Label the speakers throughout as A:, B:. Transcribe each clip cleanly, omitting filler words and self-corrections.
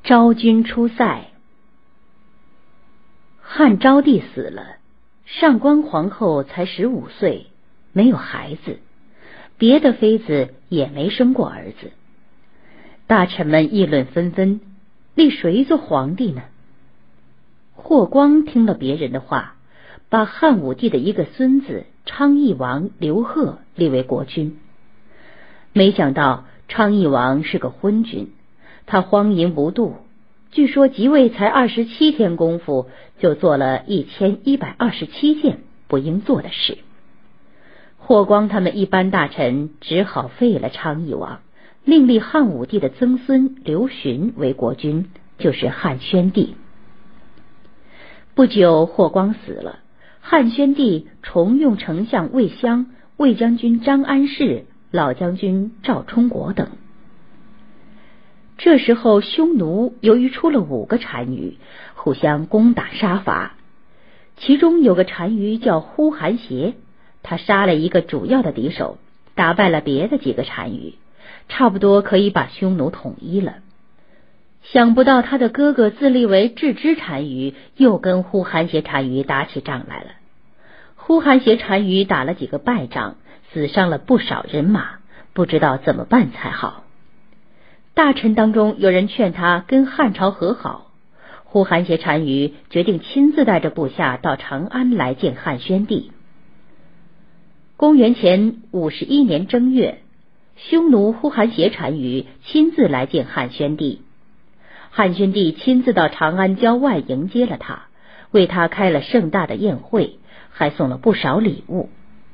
A: 昭君出塞。汉昭帝死了，上官皇后才15岁，没有孩子，别的妃子也没生过儿子。大臣们议论纷纷，立谁做皇帝呢？霍光听了别人的话，把汉武帝的一个孙子昌邑王刘贺立为国君。没想到昌邑王是个昏君，他荒淫无度，据说即位才27天功夫，就做了1127件不应做的事。霍光他们一般大臣只好废了昌邑王，另立汉武帝的曾孙刘询为国君，就是汉宣帝。不久霍光死了，汉宣帝重用丞相魏襄、魏将军张安世、老将军赵充国等。这时候匈奴由于出了5个单于，互相攻打杀伐，其中有个单于叫呼韩邪，他杀了一个主要的敌手，打败了别的几个单于，差不多可以把匈奴统一了。想不到他的哥哥自立为郅支单于，又跟呼韩邪单于打起仗来了。呼韩邪单于打了几个败仗，死伤了不少人马，不知道怎么办才好。大臣当中有人劝他跟汉朝和好，呼韩邪单于决定亲自带着部下到长安来见汉宣帝。公元前51年正月，匈奴呼韩邪单于亲自来见汉宣帝。汉宣帝亲自到长安郊外迎接了他，为他开了盛大的宴会，还送了不少礼物。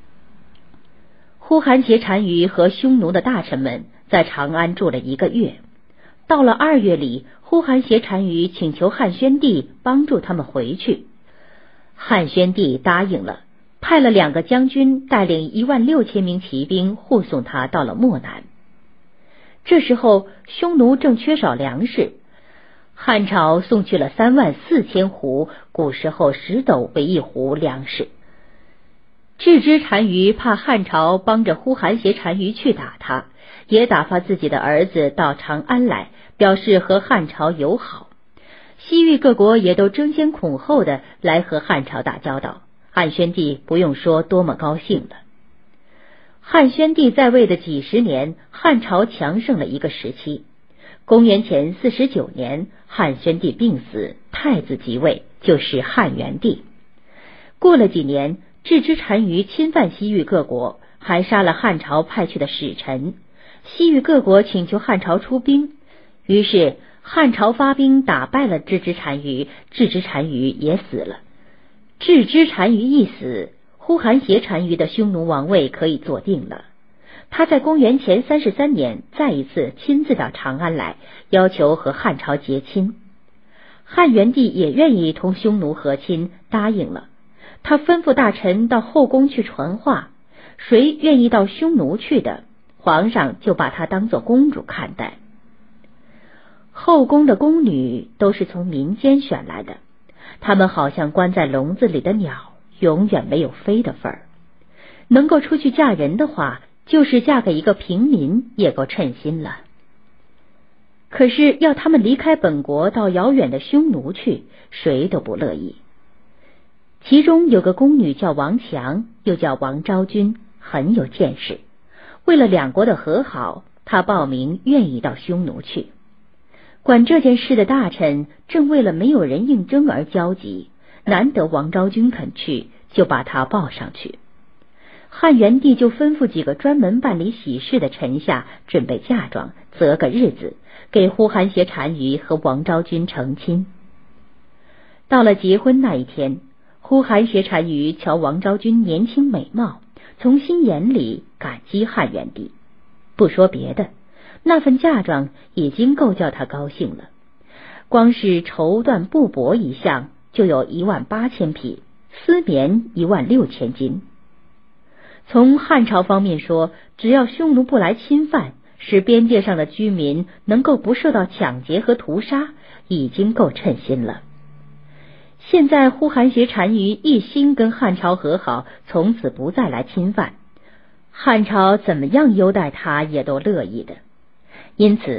A: 呼韩邪单于和匈奴的大臣们在长安住了1个月。到了2月里，呼韩邪单于请求汉宣帝帮助他们回去。汉宣帝答应了，派了2个将军带领16000名骑兵护送他到了漠南。这时候匈奴正缺少粮食，汉朝送去了34000斛，古时候10斗为1斛粮食。郅支单于怕汉朝帮着呼韩邪单于去打他，也打发自己的儿子到长安来，表示和汉朝友好。西域各国也都争先恐后的来和汉朝打交道，汉宣帝不用说多么高兴了。汉宣帝在位的几十年，汉朝强盛了一个时期。公元前49年，汉宣帝病死，太子即位，就是汉元帝。过了几年，郅支单于侵犯西域各国，还杀了汉朝派去的使臣。西域各国请求汉朝出兵，于是汉朝发兵打败了郅支单于，郅支单于也死了。郅支单于一死，呼韩邪单于的匈奴王位可以坐定了。他在公元前33年再一次亲自到长安来，要求和汉朝结亲。汉元帝也愿意同匈奴和亲，答应了。他吩咐大臣到后宫去传话，谁愿意到匈奴去的，皇上就把她当作公主看待。后宫的宫女都是从民间选来的，她们好像关在笼子里的鸟，永远没有飞的份儿。能够出去嫁人的话，就是嫁给一个平民也够称心了。可是要他们离开本国到遥远的匈奴去，谁都不乐意。其中有个宫女叫王强，又叫王昭君，很有见识。为了2国的和好，她报名愿意到匈奴去。管这件事的大臣正为了没有人应征而焦急，难得王昭君肯去，就把她报上去。汉元帝就吩咐几个专门办理喜事的臣下准备嫁妆，择个日子给呼韩邪单于和王昭君成亲。到了结婚那一天，呼韩邪单于瞧王昭君年轻美貌，从心眼里感激汉元帝。不说别的，那份嫁妆已经够叫他高兴了。光是绸缎布帛一项就有18000匹，丝棉16000斤。从汉朝方面说，只要匈奴不来侵犯，使边界上的居民能够不受到抢劫和屠杀，已经够称心了。现在呼韩邪单于一心跟汉朝和好，从此不再来侵犯，汉朝怎么样优待他也都乐意的。因此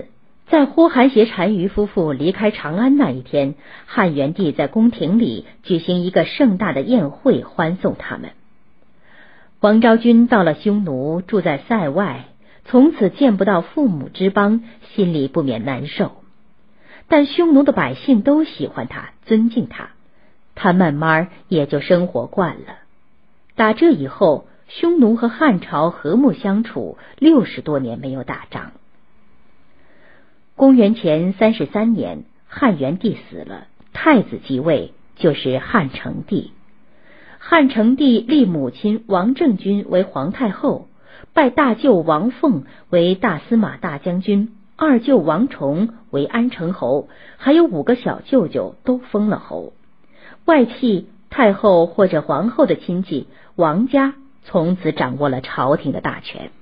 A: 在呼韩邪单于夫妇离开长安那一天，汉元帝在宫廷里举行一个盛大的宴会欢送他们。王昭君到了匈奴，住在塞外，从此见不到父母之邦，心里不免难受。但匈奴的百姓都喜欢他，尊敬他，他慢慢也就生活惯了。打这以后，匈奴和汉朝和睦相处，60多年没有打仗。公元前33年，汉元帝死了，太子即位，就是汉成帝。汉成帝立母亲王政君为皇太后，拜大舅王凤为大司马大将军，二舅王崇为安城侯，还有5个小舅舅都封了侯。外戚、太后或者皇后的亲戚王家从此掌握了朝廷的大权。